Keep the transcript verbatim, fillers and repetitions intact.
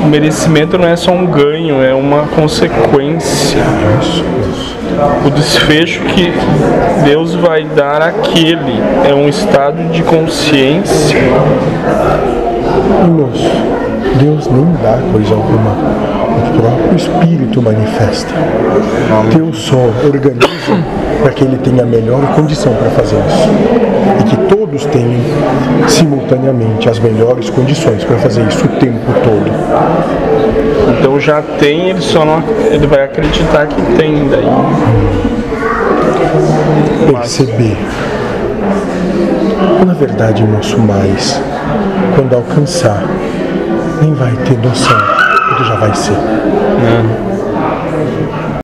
merecimento não é só um ganho, é uma consequência. O desfecho que Deus vai dar àquele é um estado de consciência. Irmãos, Deus nem dá coisa alguma, o próprio Espírito manifesta. Deus só organiza para que Ele tenha a melhor condição para fazer isso. E que todos tenham simultaneamente as melhores condições para fazer isso o tempo todo. Então já tem, ele só não, ele vai acreditar que tem daí. Perceber. Na verdade, irmãos, mais, quando alcançar, nem vai ter noção do que já vai ser. É.